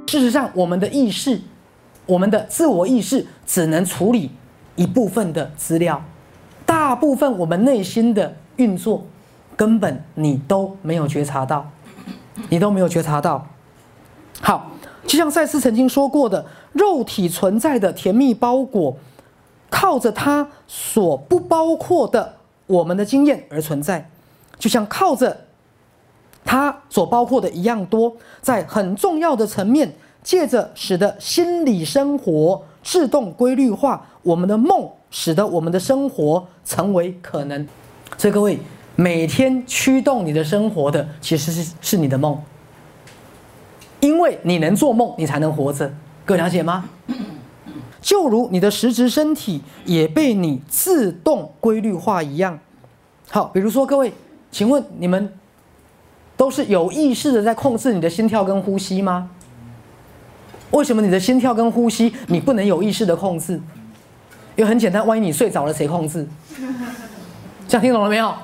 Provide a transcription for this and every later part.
事实上，我们的意识，我们的自我意识只能处理一部分的资料，大部分我们内心的运作，根本你都没有觉察到，你都没有觉察到。好，就像赛斯曾经说过的，肉体存在的甜蜜包裹，靠着它所不包括的我们的经验而存在，就像靠着它所包括的一样多，在很重要的层面，借着使得心理生活自动规律化，我们的梦使得我们的生活成为可能。所以各位，每天驱动你的生活的其实是你的梦，因为你能做梦，你才能活着。各位了解吗？就如你的实质身体也被你自动规律化一样。好，比如说各位，请问你们都是有意识的在控制你的心跳跟呼吸吗？为什么你的心跳跟呼吸你不能有意识的控制？因为很简单，万一你睡着了，谁控制？这样听懂了没有？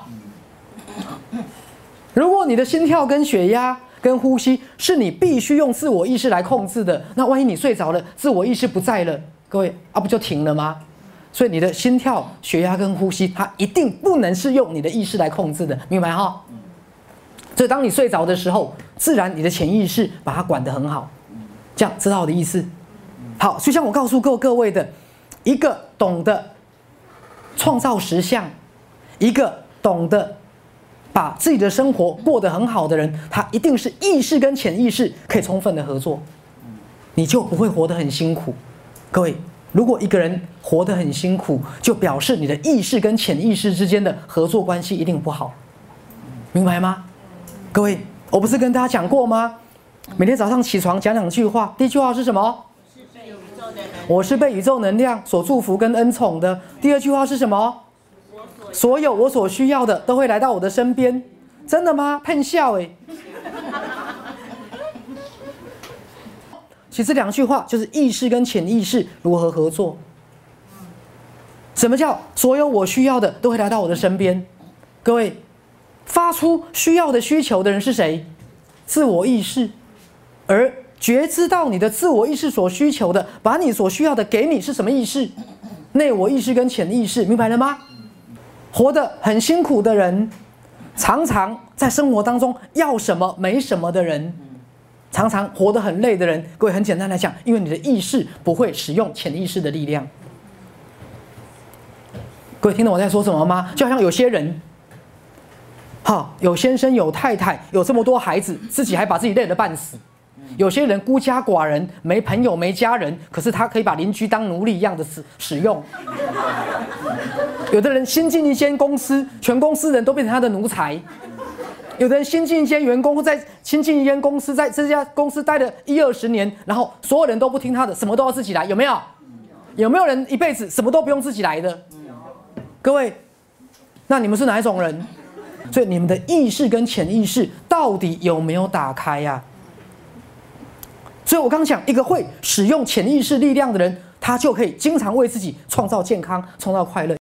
如果你的心跳跟血压跟呼吸是你必须用自我意识来控制的，那万一你睡着了，自我意识不在了，各位不就停了吗？所以你的心跳、血压跟呼吸，它一定不能是用你的意识来控制的，明白哈？所以当你睡着的时候，自然你的潜意识把它管得很好，这样知道我的意思？好，就像我告诉各位的，一个懂得创造实相，一个懂得把自己的生活过得很好的人，他一定是意识跟潜意识可以充分的合作，你就不会活得很辛苦。各位，如果一个人活得很辛苦，就表示你的意识跟潜意识之间的合作关系一定不好，明白吗？各位，我不是跟大家讲过吗？每天早上起床讲2句话，第一句话是什么？我是被宇宙能量所祝福跟恩宠的。第二句话是什么？所有我所需要的都会来到我的身边。真的吗？骗笑欸。其实2句话就是意识跟潜意识如何合作。什么叫所有我需要的都会来到我的身边？各位，发出需要的需求的人是谁？自我意识。而觉知到你的自我意识所需求的，把你所需要的给你是什么意识？内我意识跟潜意识，明白了吗？活得很辛苦的人，常常在生活当中要什么没什么的人，常常活得很累的人，各位，很简单来讲，因为你的意识不会使用潜意识的力量。各位听懂我在说什么吗？就好像有些人，有先生有太太，有这么多孩子，自己还把自己累得半死。有些人孤家寡人，没朋友没家人，可是他可以把邻居当奴隶一样的使用。有的人新进一间公司，全公司人都变成他的奴才。有的人新进一间员工，新进一间公司，在这家公司待了10-20年，然后所有人都不听他的，什么都要自己来，有没有？有没有人一辈子什么都不用自己来的？各位，那你们是哪一种人？所以你们的意识跟潜意识到底有没有打开呀？所以我刚讲，一个会使用潜意识力量的人，他就可以经常为自己创造健康，创造快乐。